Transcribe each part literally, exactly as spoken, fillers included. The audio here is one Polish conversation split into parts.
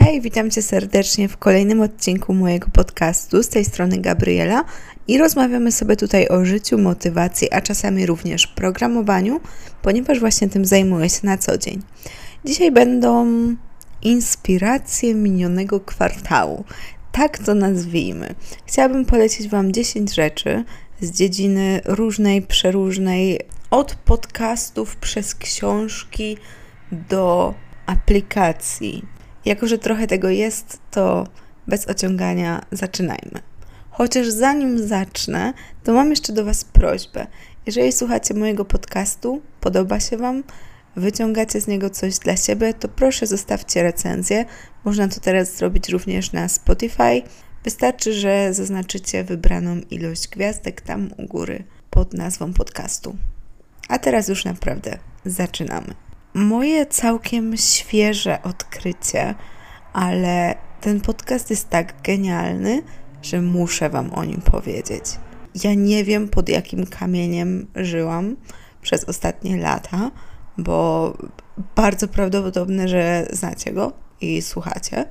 Hej, witam Cię serdecznie w kolejnym odcinku mojego podcastu. Z tej strony Gabriela i rozmawiamy sobie tutaj o życiu, motywacji, a czasami również programowaniu, ponieważ właśnie tym zajmuję się na co dzień. Dzisiaj będą inspiracje minionego kwartału. Tak to nazwijmy. Chciałabym polecić Wam dziesięć rzeczy z dziedziny różnej, przeróżnej, od podcastów przez książki do aplikacji. Jako że trochę tego jest, to bez ociągania zaczynajmy. Chociaż zanim zacznę, to mam jeszcze do Was prośbę. Jeżeli słuchacie mojego podcastu, podoba się Wam, wyciągacie z niego coś dla siebie, to proszę zostawcie recenzję. Można to teraz zrobić również na Spotify. Wystarczy, że zaznaczycie wybraną ilość gwiazdek tam u góry pod nazwą podcastu. A teraz już naprawdę zaczynamy. Moje całkiem świeże odkrycie, ale ten podcast jest tak genialny, że muszę Wam o nim powiedzieć. Ja nie wiem, pod jakim kamieniem żyłam przez ostatnie lata, bo bardzo prawdopodobne, że znacie go i słuchacie.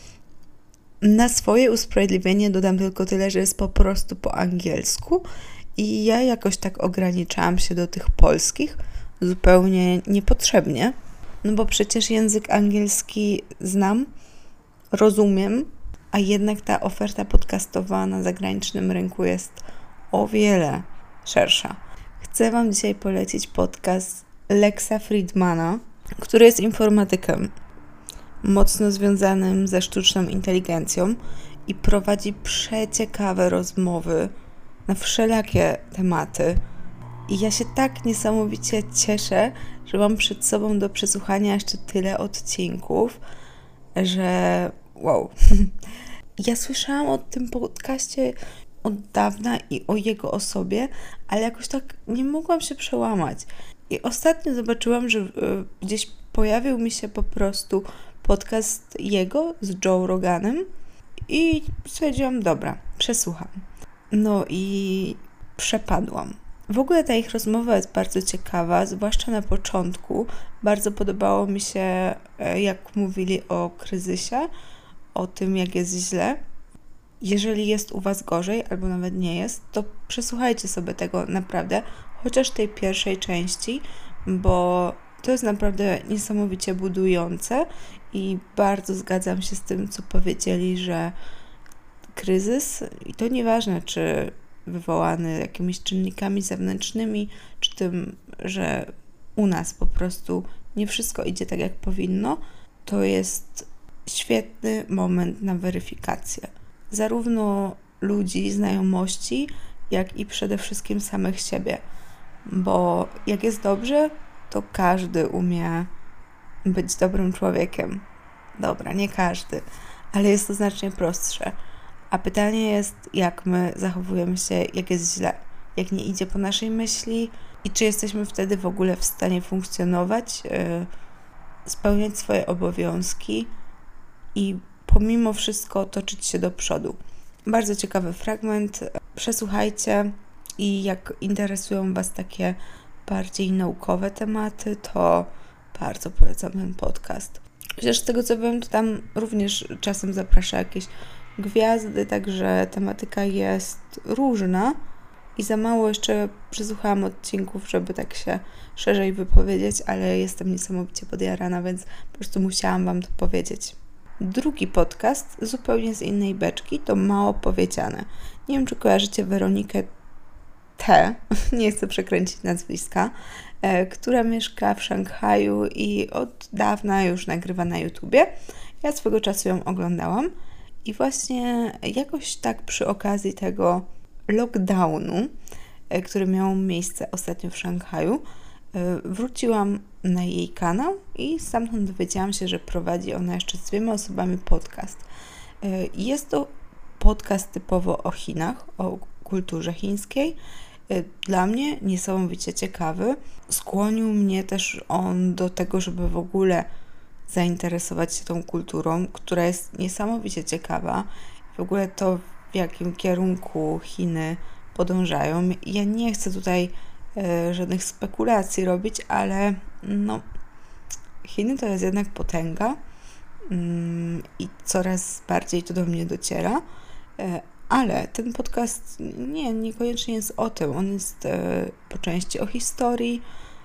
Na swoje usprawiedliwienie dodam tylko tyle, że jest po prostu po angielsku i ja jakoś tak ograniczałam się do tych polskich, zupełnie niepotrzebnie, no bo przecież język angielski znam, rozumiem, a jednak ta oferta podcastowa na zagranicznym rynku jest o wiele szersza. Chcę Wam dzisiaj polecić podcast Lexa Fridmana, który jest informatykiem mocno związanym ze sztuczną inteligencją i prowadzi przeciekawe rozmowy na wszelakie tematy. I ja się tak niesamowicie cieszę, że mam przed sobą do przesłuchania jeszcze tyle odcinków, że wow. Ja słyszałam o tym podcaście od dawna i o jego osobie, ale jakoś tak nie mogłam się przełamać. I ostatnio zobaczyłam, że gdzieś pojawił mi się po prostu podcast jego z Joe Roganem i stwierdziłam, dobra, przesłucham. No i przepadłam. W ogóle ta ich rozmowa jest bardzo ciekawa, zwłaszcza na początku. Bardzo podobało mi się, jak mówili o kryzysie, o tym, jak jest źle. Jeżeli jest u Was gorzej, albo nawet nie jest, to przesłuchajcie sobie tego naprawdę, chociaż tej pierwszej części, bo to jest naprawdę niesamowicie budujące i bardzo zgadzam się z tym, co powiedzieli, że kryzys, i to nieważne, czy wywołany jakimiś czynnikami zewnętrznymi, czy tym, że u nas po prostu nie wszystko idzie tak, jak powinno, to jest świetny moment na weryfikację. Zarówno ludzi, znajomości, jak i przede wszystkim samych siebie. Bo jak jest dobrze, to każdy umie być dobrym człowiekiem. Dobra, nie każdy, ale jest to znacznie prostsze. A pytanie jest, jak my zachowujemy się, jak jest źle, jak nie idzie po naszej myśli i czy jesteśmy wtedy w ogóle w stanie funkcjonować, yy, spełniać swoje obowiązki i pomimo wszystko toczyć się do przodu. Bardzo ciekawy fragment. Przesłuchajcie i jak interesują Was takie bardziej naukowe tematy, to bardzo polecam ten podcast. Chociaż z tego co wiem, to tam również czasem zaprasza jakieś gwiazdy, także tematyka jest różna i za mało jeszcze przesłuchałam odcinków, żeby tak się szerzej wypowiedzieć, ale jestem niesamowicie podjarana, więc po prostu musiałam Wam to powiedzieć. Drugi podcast, zupełnie z innej beczki, to Mało Powiedziane. Nie wiem, czy kojarzycie Weronikę T, nie chcę przekręcić nazwiska, e, która mieszka w Szanghaju i od dawna już nagrywa na YouTubie. Ja swego czasu ją oglądałam. I właśnie jakoś tak przy okazji tego lockdownu, który miał miejsce ostatnio w Szanghaju, wróciłam na jej kanał i stamtąd dowiedziałam się, że prowadzi ona jeszcze z dwiema osobami podcast. Jest to podcast typowo o Chinach, o kulturze chińskiej. Dla mnie niesamowicie ciekawy. Skłonił mnie też on do tego, żeby w ogóle zainteresować się tą kulturą, która jest niesamowicie ciekawa. W ogóle to, w jakim kierunku Chiny podążają. Ja nie chcę tutaj e, żadnych spekulacji robić, ale no, Chiny to jest jednak potęga i coraz bardziej to do mnie dociera. Ale ten podcast nie, niekoniecznie jest o tym. On jest po części o historii,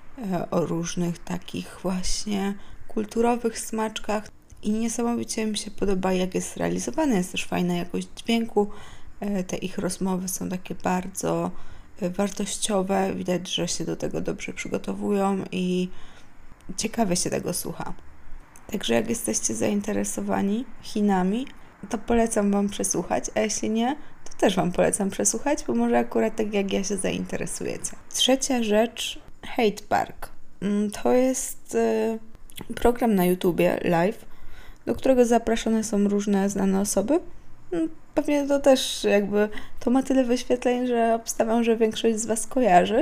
o różnych takich właśnie kulturowych smaczkach i niesamowicie mi się podoba, jak jest realizowany. Jest też fajna jakość dźwięku. Te ich rozmowy są takie bardzo wartościowe. Widać, że się do tego dobrze przygotowują i ciekawie się tego słucha. Także jak jesteście zainteresowani Chinami, to polecam Wam przesłuchać, a jeśli nie, to też Wam polecam przesłuchać, bo może akurat tak jak ja się zainteresujecie. Trzecia rzecz, Hate Park. To jest program na YouTubie live, do którego zapraszane są różne znane osoby. Pewnie to też jakby, to ma tyle wyświetleń, że obstawiam, że większość z Was kojarzy,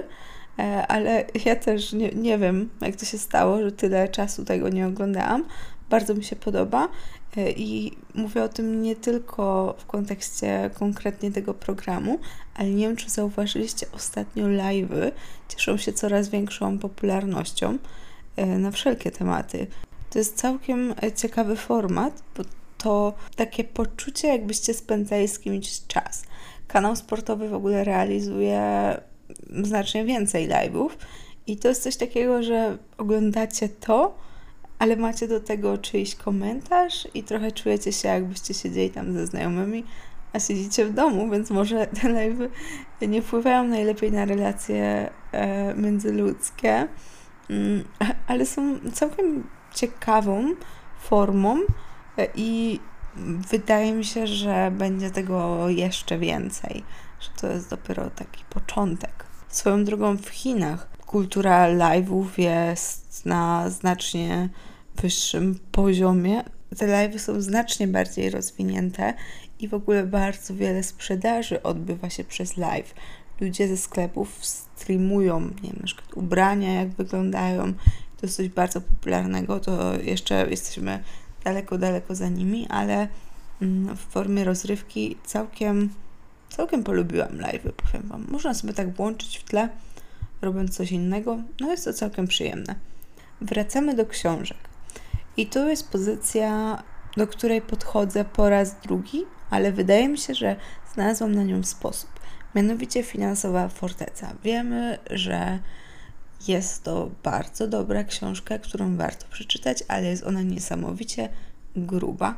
ale ja też nie, nie wiem, jak to się stało, że tyle czasu tego nie oglądałam. Bardzo mi się podoba i mówię o tym nie tylko w kontekście konkretnie tego programu, ale nie wiem, czy zauważyliście, ostatnio live'y cieszą się coraz większą popularnością na wszelkie tematy. To jest całkiem ciekawy format, bo to takie poczucie, jakbyście spędzali z kimś czas. Kanał sportowy w ogóle realizuje znacznie więcej live'ów i to jest coś takiego, że oglądacie to, ale macie do tego czyjś komentarz i trochę czujecie się, jakbyście siedzieli tam ze znajomymi, a siedzicie w domu, więc może te live'y nie wpływają najlepiej na relacje e, międzyludzkie, mm, ale są całkiem ciekawą formą e, i wydaje mi się, że będzie tego jeszcze więcej, że to jest dopiero taki początek. Swoją drogą w Chinach kultura live'ów jest na znacznie wyższym poziomie. Te live'y są znacznie bardziej rozwinięte i w ogóle bardzo wiele sprzedaży odbywa się przez live. Ludzie ze sklepów streamują, nie wiem, na przykład ubrania, jak wyglądają. To jest coś bardzo popularnego, to jeszcze jesteśmy daleko, daleko za nimi, ale w formie rozrywki całkiem, całkiem polubiłam live'y, powiem Wam. Można sobie tak włączyć w tle, robiąc coś innego, no jest to całkiem przyjemne. Wracamy do książek. I tu jest pozycja, do której podchodzę po raz drugi, ale wydaje mi się, że znalazłam na nią sposób. Mianowicie Finansowa Forteca. Wiemy, że jest to bardzo dobra książka, którą warto przeczytać, ale jest ona niesamowicie gruba.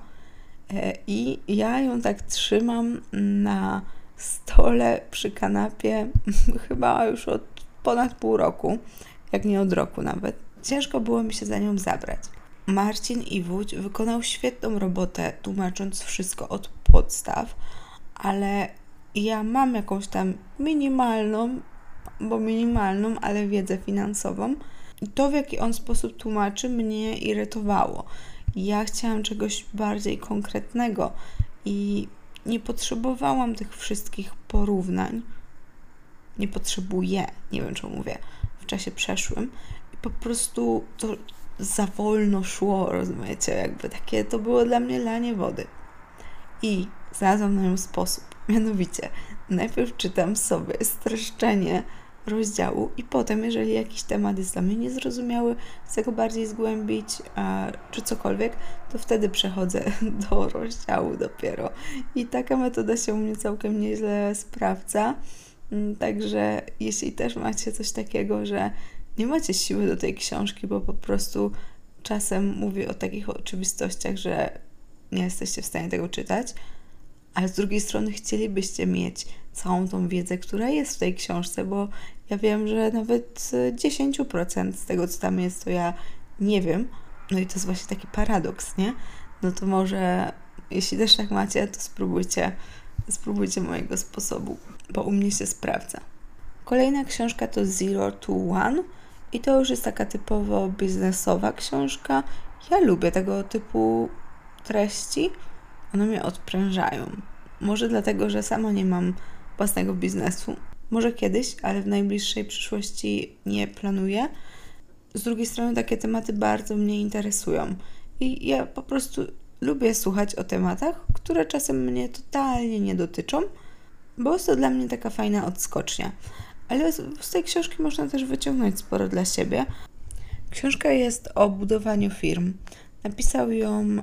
I ja ją tak trzymam na stole przy kanapie chyba już od ponad pół roku, jak nie od roku nawet. Ciężko było mi się za nią zabrać. Marcin Iwódź wykonał świetną robotę, tłumacząc wszystko od podstaw, ale ja mam jakąś tam minimalną, bo minimalną, ale wiedzę finansową i to, w jaki on sposób tłumaczy, mnie irytowało. Ja chciałam czegoś bardziej konkretnego i nie potrzebowałam tych wszystkich porównań. Nie potrzebuję, nie wiem, czemu mówię, w czasie przeszłym. I po prostu to za wolno szło, rozumiecie? Jakby takie to było dla mnie lanie wody. I znalazłam na nią sposób. Mianowicie, najpierw czytam sobie streszczenie rozdziału i potem, jeżeli jakiś temat jest dla mnie niezrozumiały, chcę go bardziej zgłębić, a, czy cokolwiek, to wtedy przechodzę do rozdziału dopiero. I taka metoda się u mnie całkiem nieźle sprawdza. Także jeśli też macie coś takiego, że nie macie siły do tej książki, bo po prostu czasem mówię o takich oczywistościach, że nie jesteście w stanie tego czytać, ale z drugiej strony chcielibyście mieć całą tą wiedzę, która jest w tej książce, bo ja wiem, że nawet dziesięć procent z tego, co tam jest, to ja nie wiem. No i to jest właśnie taki paradoks, nie? No to może, jeśli też tak macie, to spróbujcie, spróbujcie mojego sposobu, bo u mnie się sprawdza. Kolejna książka to Zero to One i to już jest taka typowo biznesowa książka. Ja lubię tego typu treści. One mnie odprężają. Może dlatego, że sama nie mam własnego biznesu. Może kiedyś, ale w najbliższej przyszłości nie planuję. Z drugiej strony takie tematy bardzo mnie interesują. I ja po prostu lubię słuchać o tematach, które czasem mnie totalnie nie dotyczą, bo jest to dla mnie taka fajna odskocznia. Ale z tej książki można też wyciągnąć sporo dla siebie. Książka jest o budowaniu firm. Napisał ją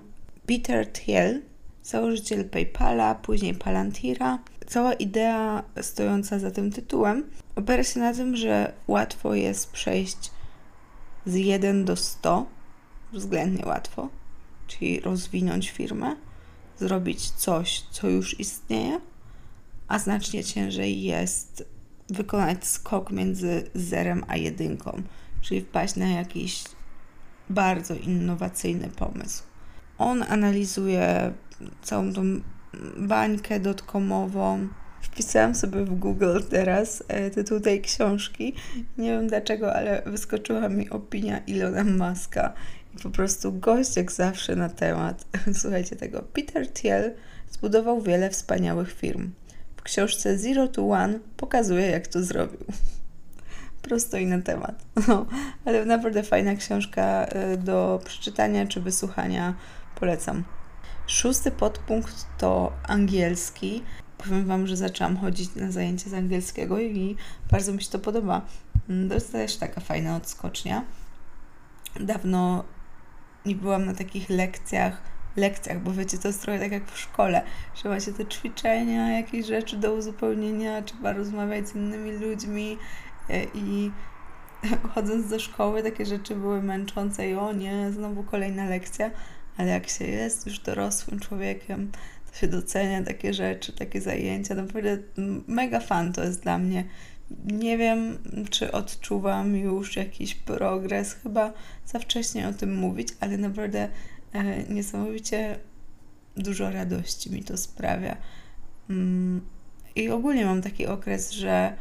Peter Thiel, założyciel PayPala, później Palantira. Cała idea stojąca za tym tytułem opiera się na tym, że łatwo jest przejść z jeden do stu, względnie łatwo, czyli rozwinąć firmę, zrobić coś, co już istnieje, a znacznie ciężej jest wykonać skok między zerem a jedynką, czyli wpaść na jakiś bardzo innowacyjny pomysł. On analizuje całą tą bańkę dotcomową. Wpisałam sobie w Google teraz tytuł tej książki. Nie wiem dlaczego, ale wyskoczyła mi opinia Elona Muska. I po prostu gość jak zawsze na temat. Słuchajcie tego. Peter Thiel zbudował wiele wspaniałych firm. W książce Zero to One pokazuje, jak to zrobił. Prosto i na temat. No, ale naprawdę fajna książka do przeczytania czy wysłuchania. Polecam. Szósty podpunkt to angielski. Powiem Wam, że zaczęłam chodzić na zajęcia z angielskiego i bardzo mi się to podoba. To jest też taka fajna odskocznia. Dawno nie byłam na takich lekcjach, lekcjach, bo wiecie, to jest trochę tak jak w szkole, że macie te ćwiczenia, jakieś rzeczy do uzupełnienia, trzeba rozmawiać z innymi ludźmi i chodząc do szkoły takie rzeczy były męczące i o nie, znowu kolejna lekcja, ale jak się jest już dorosłym człowiekiem, to się docenia takie rzeczy, takie zajęcia. Naprawdę mega fan to jest dla mnie. Nie wiem, czy odczuwam już jakiś progres, chyba za wcześnie o tym mówić, ale naprawdę e, niesamowicie dużo radości mi to sprawia. Mm, I ogólnie mam taki okres, że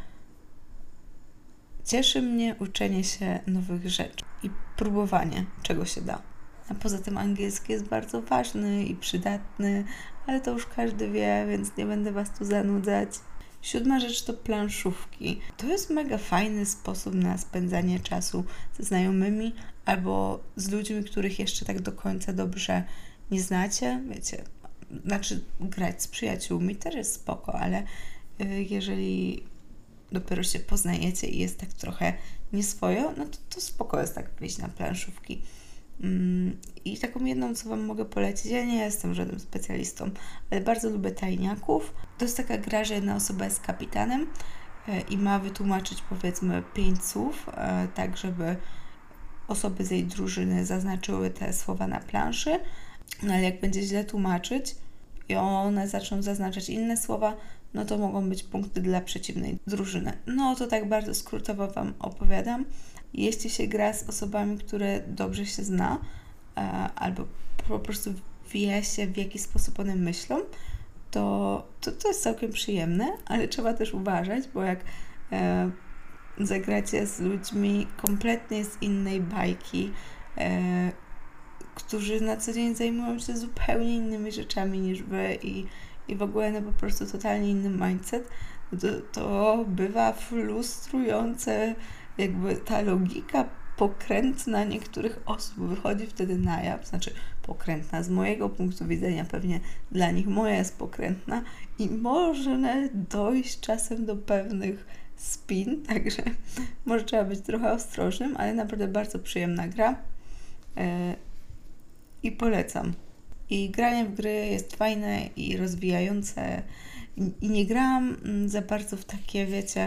cieszy mnie uczenie się nowych rzeczy i próbowanie, czego się da. A poza tym angielski jest bardzo ważny i przydatny, ale to już każdy wie, więc nie będę Was tu zanudzać. Siódma rzecz to planszówki. To jest mega fajny sposób na spędzanie czasu ze znajomymi albo z ludźmi, których jeszcze tak do końca dobrze nie znacie. Wiecie, znaczy grać z przyjaciółmi też jest spoko, ale jeżeli dopiero się poznajecie i jest tak trochę nieswojo, no to, to spoko jest tak wyjść na planszówki. I taką jedną, co Wam mogę polecić, ja nie jestem żadnym specjalistą, ale bardzo lubię tajniaków. To jest taka gra, że jedna osoba jest kapitanem i ma wytłumaczyć powiedzmy pięć słów, tak żeby osoby z jej drużyny zaznaczyły te słowa na planszy, no ale jak będzie źle tłumaczyć i one zaczną zaznaczać inne słowa, no to mogą być punkty dla przeciwnej drużyny. No to tak bardzo skrótowo Wam opowiadam. Jeśli się gra z osobami, które dobrze się zna, e, albo po prostu wie się, w jaki sposób one myślą, to, to, to jest całkiem przyjemne, ale trzeba też uważać, bo jak e, zagracie z ludźmi kompletnie z innej bajki, e, którzy na co dzień zajmują się zupełnie innymi rzeczami niż Wy i, i w ogóle no, po prostu totalnie inny mindset, to, to bywa frustrujące. Jakby ta logika pokrętna niektórych osób wychodzi wtedy na jaw, znaczy pokrętna z mojego punktu widzenia, pewnie dla nich moja jest pokrętna i można dojść czasem do pewnych spin, także może trzeba być trochę ostrożnym, ale naprawdę bardzo przyjemna gra yy, i polecam. I granie w gry jest fajne i rozwijające i, i nie grałam za bardzo w takie, wiecie,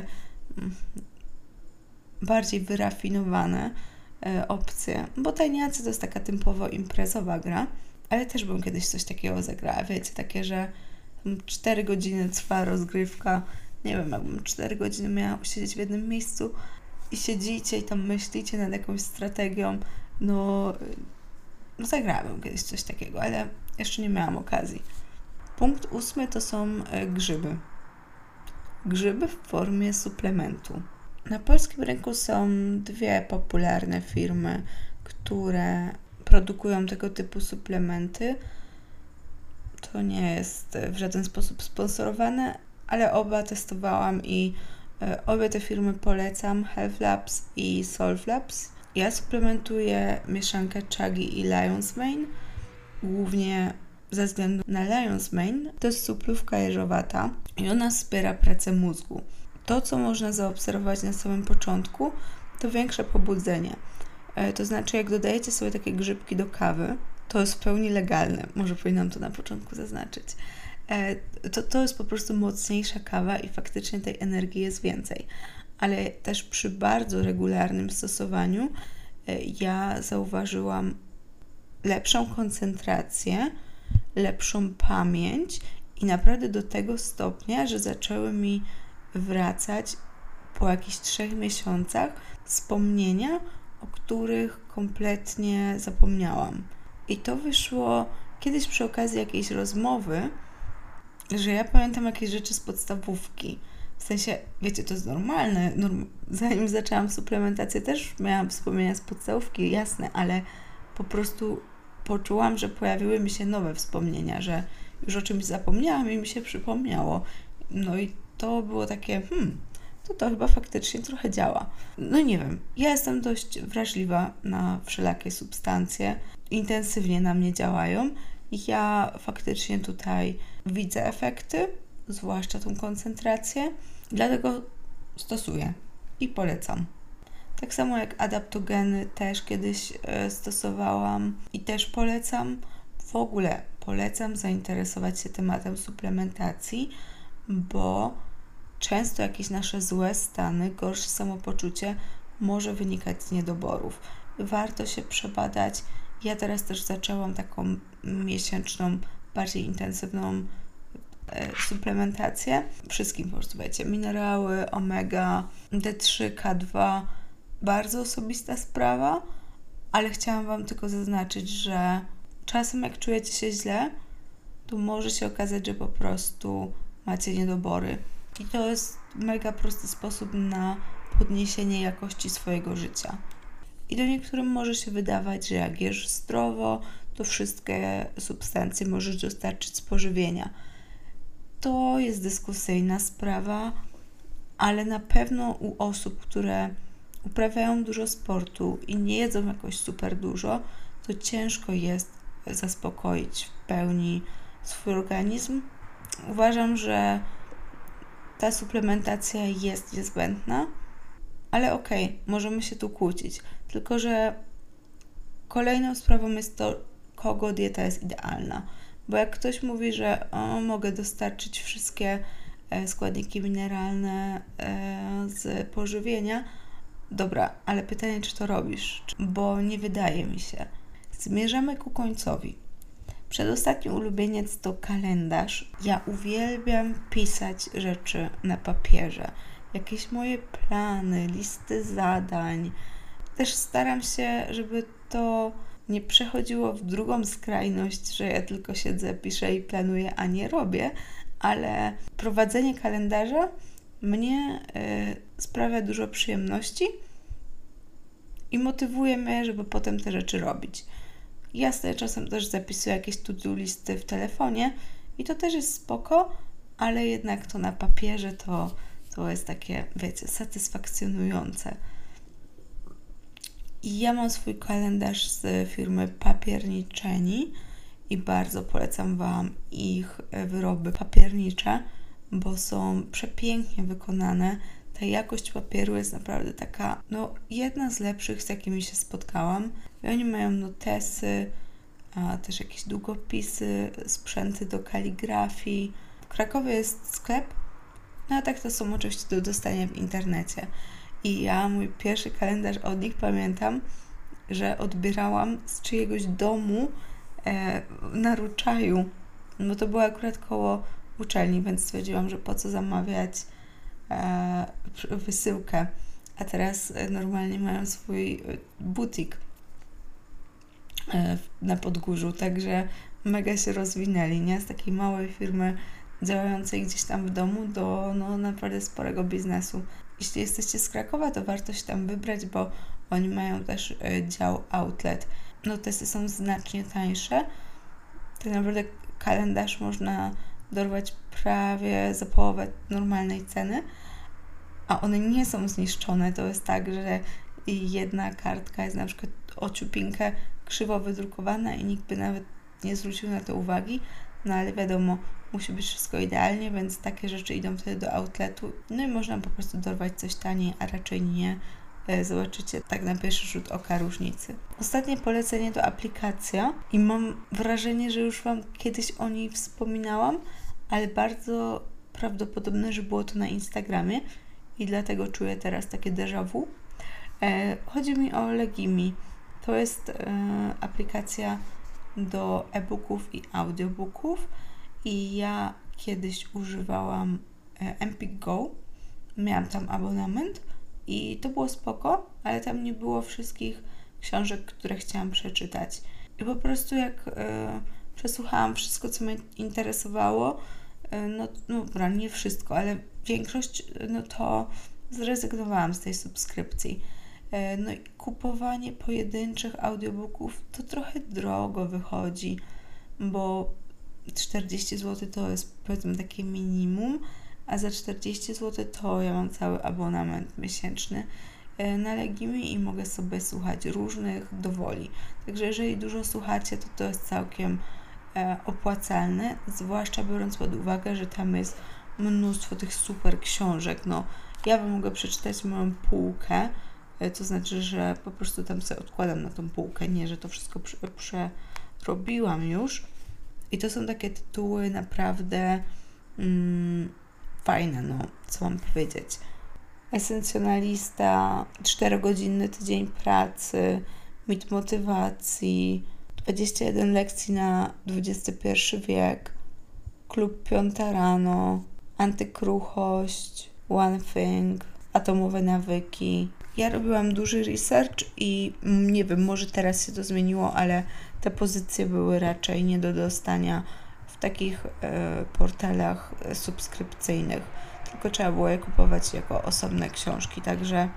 bardziej wyrafinowane e, opcje, bo tajniacy to jest taka typowo imprezowa gra, ale też bym kiedyś coś takiego zagrała, wiecie, takie, że cztery godziny trwa rozgrywka, nie wiem, jakbym cztery godziny miała siedzieć w jednym miejscu i siedzicie i tam myślicie nad jakąś strategią, no, no zagrałabym kiedyś coś takiego, ale jeszcze nie miałam okazji. Punkt ósmy to są e, grzyby. Grzyby w formie suplementu. Na polskim rynku są dwie popularne firmy, które produkują tego typu suplementy. To nie jest w żaden sposób sponsorowane, ale oba testowałam i e, obie te firmy polecam, Health Labs i Solve Labs. Ja suplementuję mieszankę Chuggy i Lion's Mane, głównie ze względu na Lion's Mane. To jest suplówka jeżowata i ona wspiera pracę mózgu. To, co można zaobserwować na samym początku, to większe pobudzenie. E, to znaczy, jak dodajecie sobie takie grzybki do kawy, to jest w pełni legalne. Może powinnam to na początku zaznaczyć. To, to jest po prostu mocniejsza kawa i faktycznie tej energii jest więcej. Ale też przy bardzo regularnym stosowaniu ja zauważyłam lepszą koncentrację, lepszą pamięć i naprawdę do tego stopnia, że zaczęły mi wracać po jakichś trzech miesiącach wspomnienia, o których kompletnie zapomniałam. I to wyszło kiedyś przy okazji jakiejś rozmowy, że ja pamiętam jakieś rzeczy z podstawówki. W sensie, wiecie, to jest normalne. Norm- Zanim zaczęłam suplementację, też miałam wspomnienia z podstawówki, jasne, ale po prostu poczułam, że pojawiły mi się nowe wspomnienia, że już o czymś zapomniałam i mi się przypomniało. No i to było takie, hmm, to to chyba faktycznie trochę działa. No nie wiem, ja jestem dość wrażliwa na wszelakie substancje, intensywnie na mnie działają i ja faktycznie tutaj widzę efekty, zwłaszcza tą koncentrację, dlatego stosuję i polecam. Tak samo jak adaptogeny też kiedyś e, stosowałam i też polecam. W ogóle polecam zainteresować się tematem suplementacji, bo często jakieś nasze złe stany, gorsze samopoczucie może wynikać z niedoborów. Warto się przebadać. Ja teraz też zaczęłam taką miesięczną, bardziej intensywną e, suplementację. Wszystkim po prostu, wiecie, minerały, omega, D trzy, K dwa. Bardzo osobista sprawa, ale chciałam Wam tylko zaznaczyć, że czasem jak czujecie się źle, to może się okazać, że po prostu macie niedobory. I to jest mega prosty sposób na podniesienie jakości swojego życia. I do niektórym może się wydawać, że jak jesz zdrowo, to wszystkie substancje możesz dostarczyć z pożywienia. To jest dyskusyjna sprawa, ale na pewno u osób, które uprawiają dużo sportu i nie jedzą jakoś super dużo, to ciężko jest zaspokoić w pełni swój organizm. Uważam, że ta suplementacja jest niezbędna, ale okej, okay, możemy się tu kłócić. Tylko że kolejną sprawą jest to, kogo dieta jest idealna. Bo jak ktoś mówi, że o, mogę dostarczyć wszystkie e, składniki mineralne e, z pożywienia, dobra, ale pytanie, czy to robisz? Bo nie wydaje mi się. Zmierzamy ku końcowi. Przedostatni ulubieniec to kalendarz. Ja uwielbiam pisać rzeczy na papierze. Jakieś moje plany, listy zadań. Też staram się, żeby to nie przechodziło w drugą skrajność, że ja tylko siedzę, piszę i planuję, a nie robię, ale prowadzenie kalendarza mnie y, sprawia dużo przyjemności i motywuje mnie, żeby potem te rzeczy robić. Jasne, czasem też zapisuję jakieś to-do listy w telefonie i to też jest spoko, ale jednak to na papierze to, to jest takie, wiecie, satysfakcjonujące. I ja mam swój kalendarz z firmy Papierniczeni i bardzo polecam Wam ich wyroby papiernicze, bo są przepięknie wykonane. Ta jakość papieru jest naprawdę taka, no jedna z lepszych, z jakimi się spotkałam. I oni mają notesy, a też jakieś długopisy, sprzęty do kaligrafii. W Krakowie jest sklep, no a tak to są oczywiście do dostania w internecie. I ja mój pierwszy kalendarz od nich pamiętam, że odbierałam z czyjegoś domu e, na Ruczaju, bo to było akurat koło uczelni, więc stwierdziłam, że po co zamawiać e, wysyłkę. A teraz e, normalnie mają swój butik e, na Podgórzu, także mega się rozwinęli, nie? Z takiej małej firmy działającej gdzieś tam w domu do no, naprawdę sporego biznesu. Jeśli jesteście z Krakowa, to warto się tam wybrać, bo oni mają też y, dział outlet. Notesy są znacznie tańsze. Tak naprawdę kalendarz można dorwać prawie za połowę normalnej ceny, a one nie są zniszczone. To jest tak, że jedna kartka jest na przykład o ciupinkę krzywo wydrukowana i nikt by nawet nie zwrócił na to uwagi, no ale wiadomo, musi być wszystko idealnie, więc takie rzeczy idą wtedy do outletu, no i można po prostu dorwać coś taniej, a raczej nie zobaczycie tak na pierwszy rzut oka różnicy. Ostatnie polecenie to aplikacja i mam wrażenie, że już Wam kiedyś o niej wspominałam, ale bardzo prawdopodobne, że było to na Instagramie i dlatego czuję teraz takie déjà vu. Chodzi mi o Legimi. To jest aplikacja do e-booków i audiobooków i ja kiedyś używałam Empik Go. Miałam tam abonament i to było spoko, ale tam nie było wszystkich książek, które chciałam przeczytać. I po prostu jak y, przesłuchałam wszystko, co mnie interesowało, y, no, no dobra, nie wszystko, ale większość, no to zrezygnowałam z tej subskrypcji. Y, no i kupowanie pojedynczych audiobooków to trochę drogo wychodzi, bo czterdzieści złotych to jest powiedzmy takie minimum, a za czterdzieści złotych to ja mam cały abonament miesięczny na Legimi i mogę sobie słuchać różnych dowoli. Także jeżeli dużo słuchacie, to to jest całkiem opłacalne, zwłaszcza biorąc pod uwagę, że tam jest mnóstwo tych super książek. No, ja Wam mogę przeczytać moją półkę, to znaczy, że po prostu tam sobie odkładam na tą półkę, nie, że to wszystko przerobiłam już. I to są takie tytuły naprawdę mm, fajne, no, co mam powiedzieć. Esencjonalista, czterogodzinny tydzień pracy, mit motywacji, dwadzieścia jeden lekcji na dwudziesty pierwszy wiek, klub piąta rano, antykruchość, one thing, atomowe nawyki. Ja robiłam duży research i nie wiem, może teraz się to zmieniło, ale te pozycje były raczej nie do dostania w takich e, portalach subskrypcyjnych, tylko trzeba było je kupować jako osobne książki, także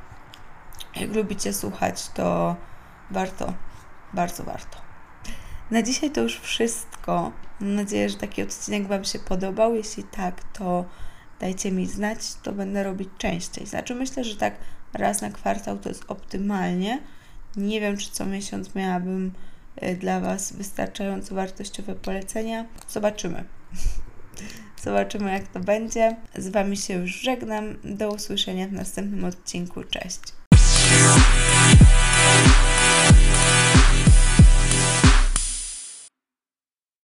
jak lubicie słuchać, to warto, bardzo warto. Na dzisiaj to już wszystko. Mam nadzieję, że taki odcinek Wam się podobał. Jeśli tak, to dajcie mi znać, to będę robić częściej. Znaczy myślę, że tak raz na kwartał to jest optymalnie. Nie wiem, czy co miesiąc miałabym dla Was wystarczająco wartościowe polecenia. Zobaczymy. Zobaczymy, jak to będzie. Z Wami się już żegnam. Do usłyszenia w następnym odcinku. Cześć!